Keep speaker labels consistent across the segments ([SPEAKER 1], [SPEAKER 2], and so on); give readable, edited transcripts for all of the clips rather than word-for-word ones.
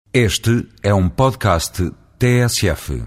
[SPEAKER 1] Este é um podcast TSF.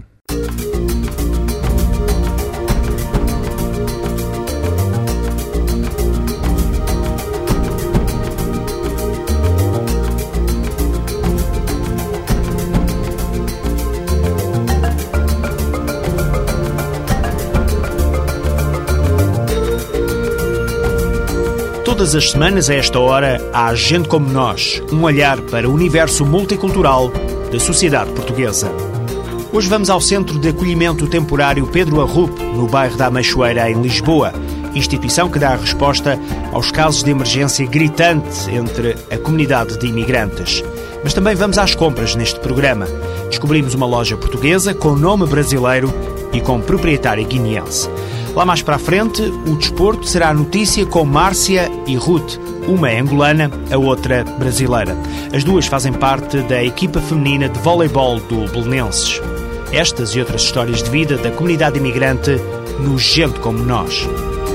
[SPEAKER 2] Todas as semanas, a esta hora, há Gente Como Nós, um olhar para o universo multicultural da sociedade portuguesa. Hoje vamos ao Centro de Acolhimento Temporário Pedro Arrupe, no bairro da Amachoeira, em Lisboa, instituição que dá a resposta aos casos de emergência gritante entre a comunidade de imigrantes. Mas também vamos às compras neste programa. Descobrimos uma loja portuguesa com nome brasileiro e com proprietária guineense. Lá mais para a frente, o desporto será a notícia com Márcia e Ruth. Uma é angolana, a outra brasileira. As duas fazem parte da equipa feminina de voleibol do Belenenses. Estas e outras histórias de vida da comunidade imigrante no Gente Como Nós.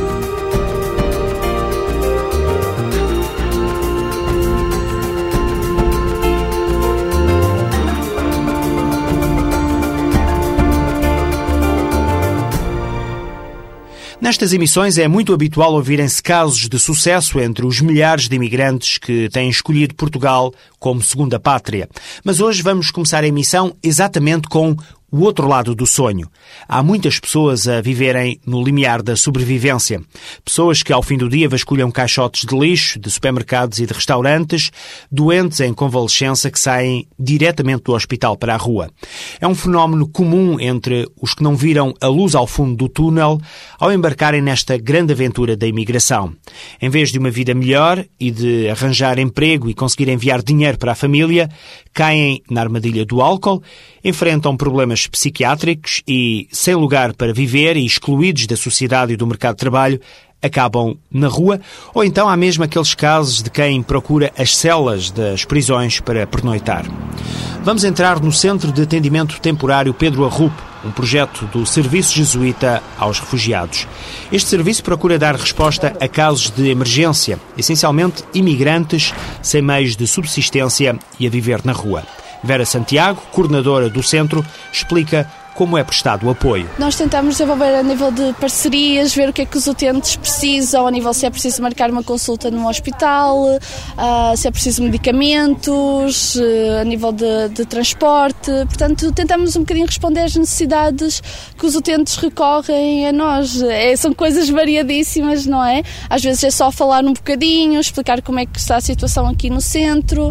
[SPEAKER 2] Nestas emissões é muito habitual ouvirem-se casos de sucesso entre os milhares de imigrantes que têm escolhido Portugal como segunda pátria. Mas hoje vamos começar a emissão exatamente com o outro lado do sonho. Há muitas pessoas a viverem no limiar da sobrevivência. Pessoas que ao fim do dia vasculham caixotes de lixo, de supermercados e de restaurantes, doentes em convalescença que saem diretamente do hospital para a rua. É um fenómeno comum entre os que não viram a luz ao fundo do túnel ao embarcarem nesta grande aventura da imigração. Em vez de uma vida melhor e de arranjar emprego e conseguir enviar dinheiro para a família, caem na armadilha do álcool, enfrentam problemas psiquiátricos e, sem lugar para viver e excluídos da sociedade e do mercado de trabalho, acabam na rua, ou então há mesmo aqueles casos de quem procura as celas das prisões para pernoitar. Vamos entrar no Centro de Atendimento Temporário Pedro Arrupe, um projeto do Serviço Jesuíta aos Refugiados. Este serviço procura dar resposta a casos de emergência, essencialmente imigrantes sem meios de subsistência e a viver na rua. Vera Santiago, coordenadora do centro, explica como é prestado o apoio.
[SPEAKER 3] Nós tentamos desenvolver a nível de parcerias, ver o que é que os utentes precisam, a nível se é preciso marcar uma consulta num hospital, se é preciso medicamentos, a nível de transporte. Portanto, tentamos um bocadinho responder às necessidades que os utentes recorrem a nós. São coisas variadíssimas, não é? Às vezes é só falar um bocadinho, explicar como é que está a situação aqui no centro.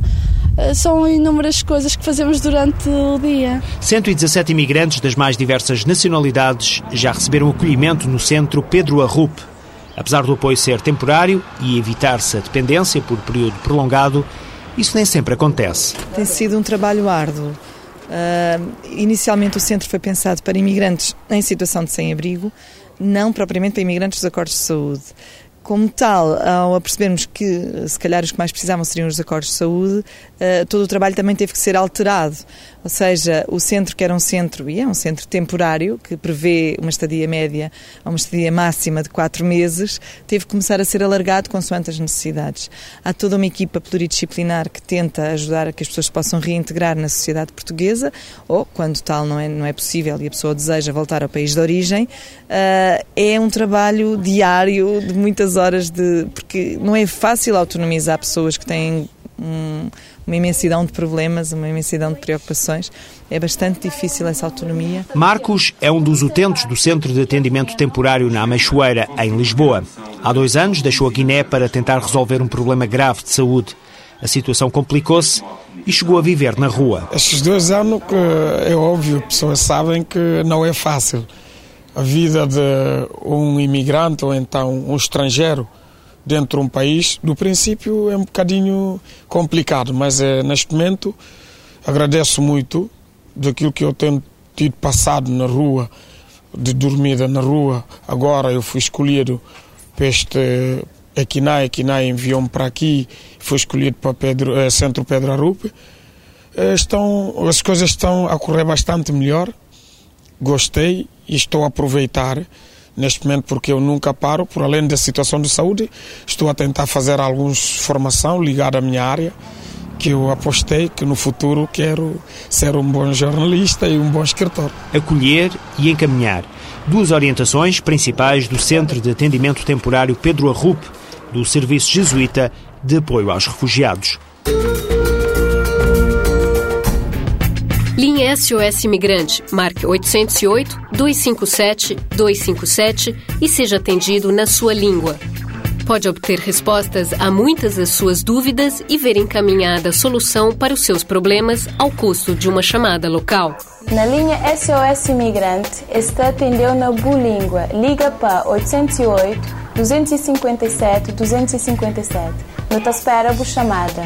[SPEAKER 3] São inúmeras coisas que fazemos durante o dia.
[SPEAKER 2] 117 imigrantes das mais diversas nacionalidades já receberam acolhimento no Centro Pedro Arrupe. Apesar do apoio ser temporário e evitar-se a dependência por período prolongado, isso nem sempre acontece.
[SPEAKER 4] Tem sido um trabalho árduo. Inicialmente o centro foi pensado para imigrantes em situação de sem-abrigo, não propriamente para imigrantes dos acordos de saúde. Como tal, ao percebermos que se calhar os que mais precisavam seriam os acordos de saúde, todo o trabalho também teve que ser alterado. Ou seja, o centro, que era um centro, e é um centro temporário, que prevê uma estadia média ou uma estadia máxima de 4 meses, teve que começar a ser alargado consoante as necessidades. Há toda uma equipa pluridisciplinar que tenta ajudar a que as pessoas se possam reintegrar na sociedade portuguesa, ou, quando tal não é possível e a pessoa deseja voltar ao país de origem. É um trabalho diário de muitas horas, porque não é fácil autonomizar pessoas que têm uma imensidão de problemas, uma imensidão de preocupações. É bastante difícil essa autonomia.
[SPEAKER 2] Marcos é um dos utentes do Centro de Atendimento Temporário na Amachoeira, em Lisboa. Há 2 anos deixou a Guiné para tentar resolver um problema grave de saúde. A situação complicou-se e chegou a viver na rua.
[SPEAKER 5] Estes 2 anos, que é óbvio, pessoas sabem que não é fácil. A vida de um imigrante ou então um estrangeiro dentro de um país, do princípio é um bocadinho complicado, mas neste momento agradeço muito daquilo que eu tenho tido passado na rua, de dormida na rua. Agora eu fui escolhido para este Equinai enviou-me para aqui, fui escolhido para Centro Pedro Arrupe. As coisas estão a correr bastante melhor, gostei e estou a aproveitar neste momento, porque eu nunca paro, por além da situação de saúde, estou a tentar fazer alguma formação ligada à minha área, que eu apostei que no futuro quero ser um bom jornalista e um bom escritor.
[SPEAKER 2] Acolher e encaminhar. 2 orientações principais do Centro de Atendimento Temporário Pedro Arrupe, do Serviço Jesuíta de Apoio aos Refugiados.
[SPEAKER 6] Linha SOS Imigrante, marque 808-257-257 e seja atendido na sua língua. Pode obter respostas a muitas das suas dúvidas e ver encaminhada a solução para os seus problemas ao custo de uma chamada local.
[SPEAKER 7] Na linha SOS Imigrante, está atendeu na Bulíngua. Liga para 808-257-257. Não te espera por chamada.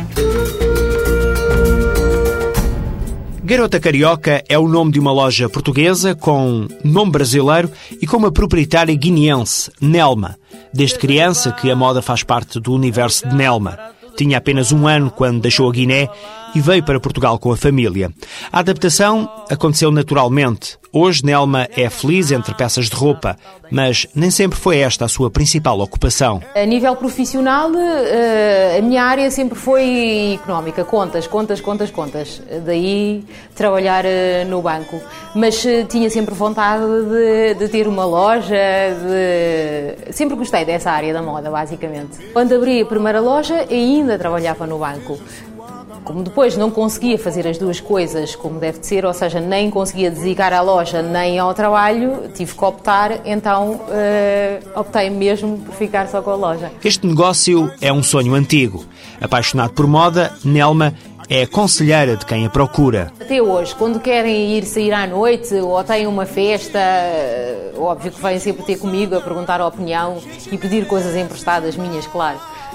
[SPEAKER 2] Garota Carioca é o nome de uma loja portuguesa com nome brasileiro e com uma proprietária guineense, Nelma. Desde criança que a moda faz parte do universo de Nelma. Tinha apenas 1 ano quando deixou a Guiné e veio para Portugal com a família. A adaptação aconteceu naturalmente. Hoje Nelma é feliz entre peças de roupa, mas nem sempre foi esta a sua principal ocupação.
[SPEAKER 8] A nível profissional, a minha área sempre foi económica, contas. Daí trabalhar no banco. Mas tinha sempre vontade de ter uma loja, sempre gostei dessa área da moda, basicamente. Quando abri a primeira loja, ainda trabalhava no banco. Como depois não conseguia fazer as 2 coisas como deve de ser, ou seja, nem conseguia dedicar à loja nem ao trabalho, tive que optar, então optei mesmo por ficar só com a loja.
[SPEAKER 2] Este negócio é um sonho antigo. Apaixonado por moda, Nelma é conselheira de quem a procura.
[SPEAKER 8] Até hoje, quando querem sair à noite ou têm uma festa, óbvio que vêm sempre ter comigo a perguntar a opinião e pedir coisas emprestadas minhas, claro.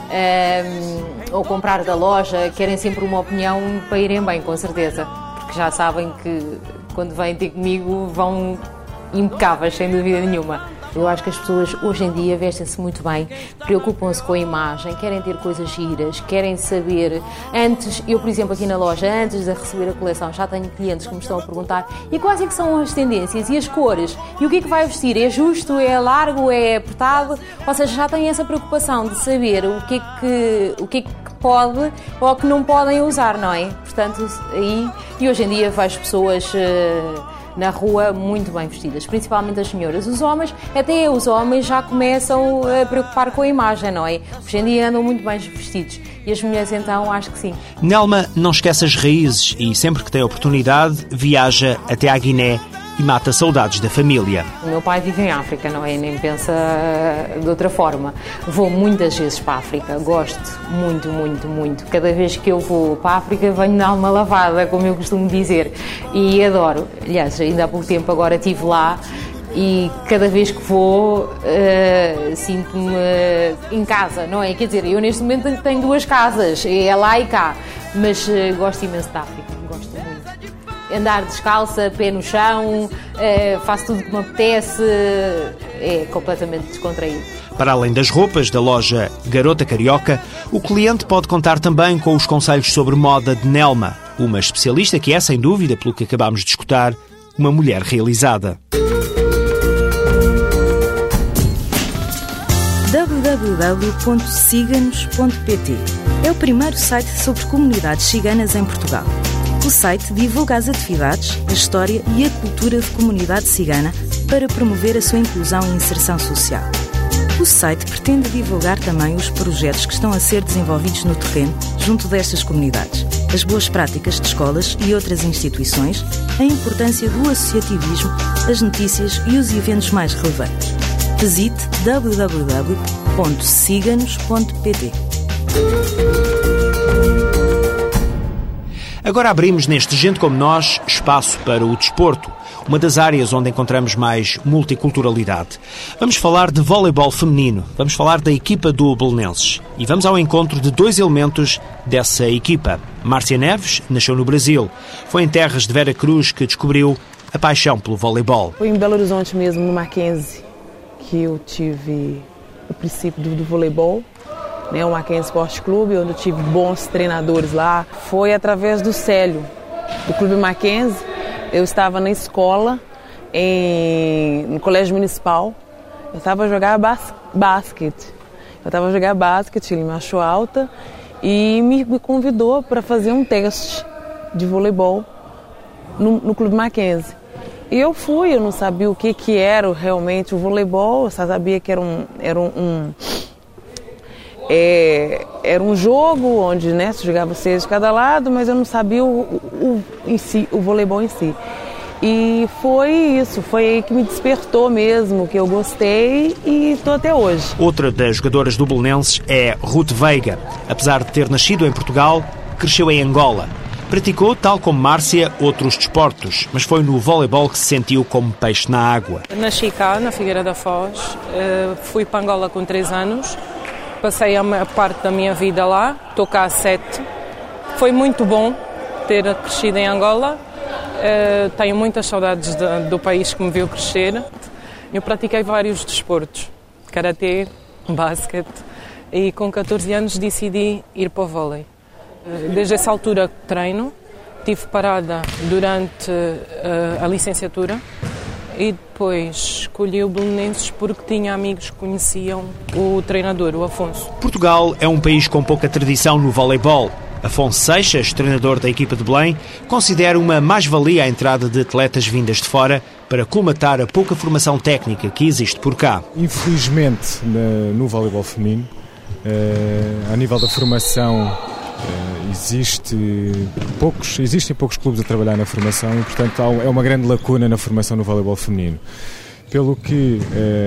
[SPEAKER 8] Ou comprar da loja, querem sempre uma opinião para irem bem, com certeza, porque já sabem que quando vêm ter comigo vão impecáveis, sem dúvida nenhuma. Eu acho que as pessoas hoje em dia vestem-se muito bem, preocupam-se com a imagem, querem ter coisas giras, querem saber. Antes, eu por exemplo aqui na loja, antes de receber a coleção, já tenho clientes que me estão a perguntar e quais é que são as tendências e as cores e o que é que vai vestir, é justo, é largo, é apertado, ou seja, já têm essa preocupação de saber o que é que pode ou que não podem usar, não é? Portanto, aí, e hoje em dia vejo pessoas na rua muito bem vestidas, principalmente as senhoras. Os homens já começam a preocupar com a imagem, não é? Hoje em dia andam muito bem vestidos e as mulheres então acho que sim.
[SPEAKER 2] Nelma não esquece as raízes e sempre que tem oportunidade viaja até à Guiné e mata saudades da família.
[SPEAKER 8] O meu pai vive em África, não é? Nem pensa de outra forma. Vou muitas vezes para a África, gosto muito, muito, muito. Cada vez que eu vou para a África venho dar uma lavada, como eu costumo dizer, e adoro. Aliás, ainda há pouco tempo agora estive lá e cada vez que vou sinto-me em casa, não é? Quer dizer, eu neste momento tenho 2 casas, é lá e cá, mas gosto imenso da África, gosto muito. Andar descalça, pé no chão, faço tudo que me apetece, é completamente descontraído.
[SPEAKER 2] Para além das roupas da loja Garota Carioca, o cliente pode contar também com os conselhos sobre moda de Nelma, uma especialista que é, sem dúvida, pelo que acabámos de escutar, uma mulher realizada.
[SPEAKER 9] www.ciganos.pt é o primeiro site sobre comunidades ciganas em Portugal. O site divulga as atividades, a história e a cultura de comunidade cigana para promover a sua inclusão e inserção social. O site pretende divulgar também os projetos que estão a ser desenvolvidos no terreno junto destas comunidades, as boas práticas de escolas e outras instituições, a importância do associativismo, as notícias e os eventos mais relevantes. Visite www.ciganos.pt.
[SPEAKER 2] Agora abrimos neste Gente Como Nós espaço para o desporto, uma das áreas onde encontramos mais multiculturalidade. Vamos falar de voleibol feminino, vamos falar da equipa do Belenenses e vamos ao encontro de 2 elementos dessa equipa. Márcia Neves nasceu no Brasil, foi em terras de Vera Cruz que descobriu a paixão pelo voleibol.
[SPEAKER 10] Foi em Belo Horizonte mesmo, no Mackenzie, que eu tive o princípio do voleibol. O Mackenzie Sport Clube, onde eu tive bons treinadores lá. Foi através do Célio, do Clube Mackenzie. Eu estava na escola, no colégio municipal. Eu estava a jogar basquete. Ele me achou alta e me convidou para fazer um teste de voleibol no Clube Mackenzie. E eu fui, eu não sabia o que era realmente o voleibol, eu só sabia que era um jogo onde, né, se jogava 6 de cada lado, mas eu não sabia o voleibol em si. E foi isso, foi aí que me despertou mesmo, que eu gostei e estou até hoje.
[SPEAKER 2] Outra das jogadoras do Belenenses é Ruth Veiga. Apesar de ter nascido em Portugal, cresceu em Angola. Praticou, tal como Márcia, outros desportos, mas foi no voleibol que se sentiu como peixe na água.
[SPEAKER 11] Nasci cá, na Figueira da Foz, fui para Angola com 3 anos, passei a parte da minha vida lá, estou cá há 7. Foi muito bom ter crescido em Angola, tenho muitas saudades do país que me viu crescer. Eu pratiquei vários desportos, karatê, basquete, e com 14 anos decidi ir para o vôlei. Desde essa altura treino, estive parada durante a licenciatura e depois escolhi o Belenenses porque tinha amigos que conheciam o treinador, o Afonso.
[SPEAKER 2] Portugal é um país com pouca tradição no voleibol. Afonso Seixas, treinador da equipa de Belém, considera uma mais-valia a entrada de atletas vindas de fora para colmatar a pouca formação técnica que existe por cá.
[SPEAKER 12] Infelizmente, no voleibol feminino, a nível da formação, existem poucos clubes a trabalhar na formação e, portanto, é uma grande lacuna na formação no voleibol feminino. Pelo que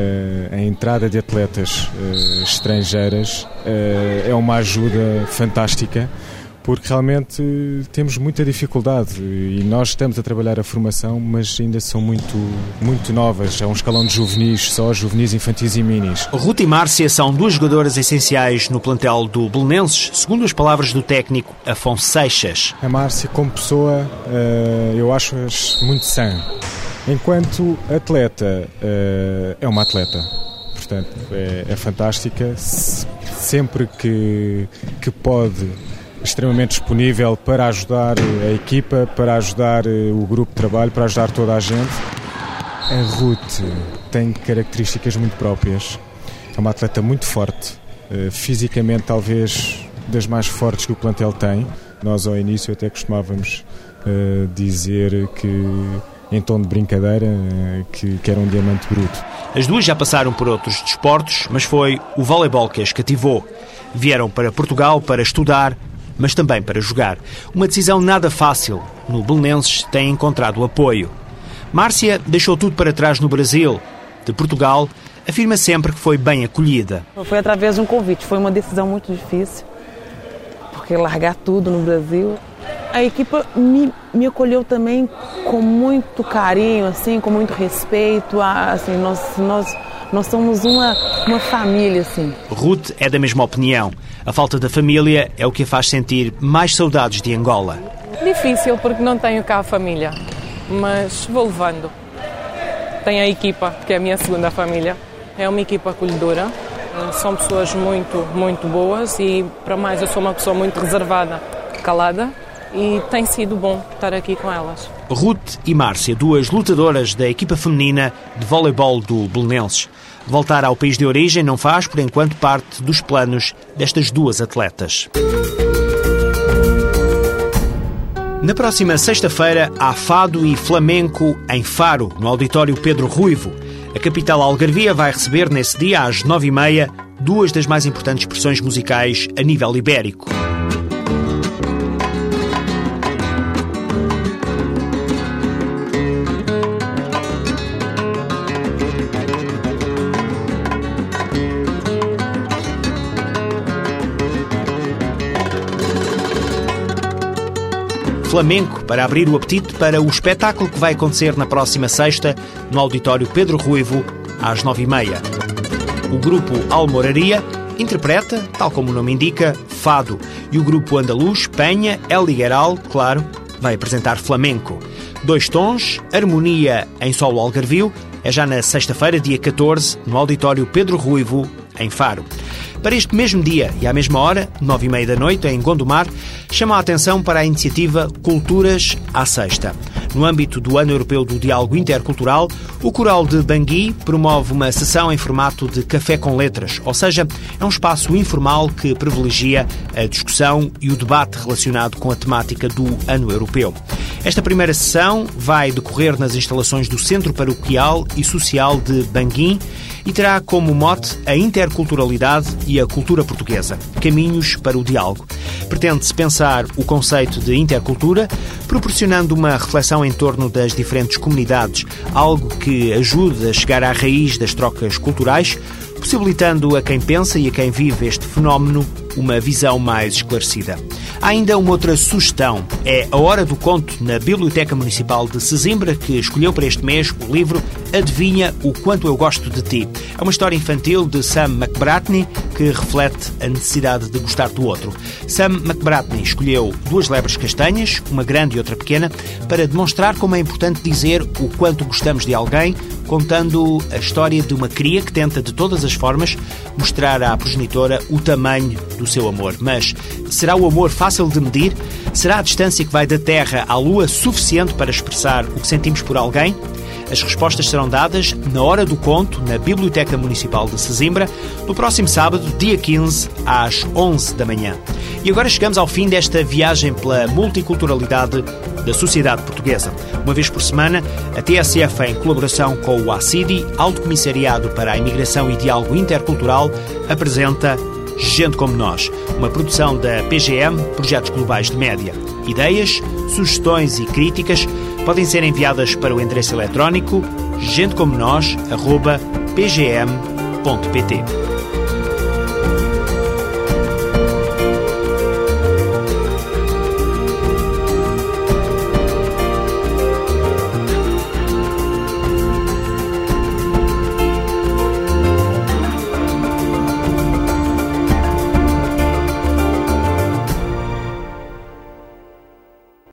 [SPEAKER 12] a entrada de atletas estrangeiras é uma ajuda fantástica, porque realmente temos muita dificuldade e nós estamos a trabalhar a formação, mas ainda são muito novas. É um escalão de juvenis, só juvenis, infantis e minis.
[SPEAKER 2] Ruth e Márcia são 2 jogadoras essenciais no plantel do Belenenses, segundo as palavras do técnico Afonso Seixas.
[SPEAKER 12] A Márcia, como pessoa, eu acho-as muito sã. Enquanto atleta, é uma atleta. Portanto, é fantástica. Sempre que pode, extremamente disponível para ajudar a equipa, para ajudar o grupo de trabalho, para ajudar toda a gente. A Ruth tem características muito próprias. É uma atleta muito forte, fisicamente talvez das mais fortes que o plantel tem. Nós ao início até costumávamos dizer que, em tom de brincadeira, que era um diamante bruto.
[SPEAKER 2] As duas já passaram por outros desportos, mas foi o voleibol que as cativou. Vieram para Portugal para estudar, mas também para jogar. Uma decisão nada fácil. No Belenenses tem encontrado apoio. Márcia deixou tudo para trás no Brasil. De Portugal, afirma sempre que foi bem acolhida.
[SPEAKER 10] Foi através de um convite. Foi uma decisão muito difícil, porque largar tudo no Brasil. A equipa me acolheu também com muito carinho, assim, com muito respeito. Assim, nós somos uma família, assim.
[SPEAKER 2] Ruth é da mesma opinião. A falta da família é o que a faz sentir mais saudades de Angola.
[SPEAKER 11] Difícil porque não tenho cá a família, mas vou levando. Tenho a equipa, que é a minha segunda família. É uma equipa acolhedora. São pessoas muito boas e, para mais, eu sou uma pessoa muito reservada, calada. E tem sido bom estar aqui com elas.
[SPEAKER 2] Ruth e Márcia, 2 lutadoras da equipa feminina de voleibol do Belenenses. Voltar ao país de origem não faz, por enquanto, parte dos planos destas 2 atletas. Na próxima sexta-feira há fado e flamenco em Faro, no auditório Pedro Ruivo. A capital algarvia vai receber nesse dia, às 9h30, 2 das mais importantes expressões musicais a nível ibérico. Flamenco, para abrir o apetite para o espetáculo que vai acontecer na próxima sexta no auditório Pedro Ruivo, às 9h30. O grupo Almoraria interpreta, tal como o nome indica, fado, e o grupo andaluz Penha El Ligueral, claro, vai apresentar flamenco. 2 tons, harmonia em solo algarvio, é já na sexta-feira, dia 14, no auditório Pedro Ruivo, em Faro. Para este mesmo dia e à mesma hora, 9h30 da noite, em Gondomar, chama a atenção para a iniciativa Culturas à Sexta. No âmbito do Ano Europeu do Diálogo Intercultural, o Coral de Bangui promove uma sessão em formato de café com letras, ou seja, é um espaço informal que privilegia a discussão e o debate relacionado com a temática do Ano Europeu. Esta primeira sessão vai decorrer nas instalações do Centro Paroquial e Social de Bangui e terá como mote a interculturalidade e a cultura portuguesa, caminhos para o diálogo. Pretende-se pensar o conceito de intercultura, proporcionando uma reflexão em torno das diferentes comunidades, algo que ajude a chegar à raiz das trocas culturais, possibilitando a quem pensa e a quem vive este fenómeno uma visão mais esclarecida. Há ainda uma outra sugestão. É a Hora do Conto na Biblioteca Municipal de Sesimbra, que escolheu para este mês o livro Adivinha o Quanto Eu Gosto de Ti. É uma história infantil de Sam McBratney que reflete a necessidade de gostar do outro. Sam McBratney escolheu 2 lebres castanhas, uma grande e outra pequena, para demonstrar como é importante dizer o quanto gostamos de alguém, contando a história de uma cria que tenta de todas as formas mostrar à progenitora o tamanho do seu amor. Mas será o amor fácil de medir? Será a distância que vai da Terra à Lua suficiente para expressar o que sentimos por alguém? As respostas serão dadas na Hora do Conto, na Biblioteca Municipal de Sesimbra, no próximo sábado, dia 15, às 11 da manhã. E agora chegamos ao fim desta viagem pela multiculturalidade da sociedade portuguesa. Uma vez por semana, a TSF, em colaboração com o ACIDI, Alto Comissariado para a Imigração e Diálogo Intercultural, apresenta Gente Como Nós, uma produção da PGM, Projetos Globais de Média. Ideias, sugestões e críticas podem ser enviadas para o endereço eletrónico gentecomonos@pgm.pt.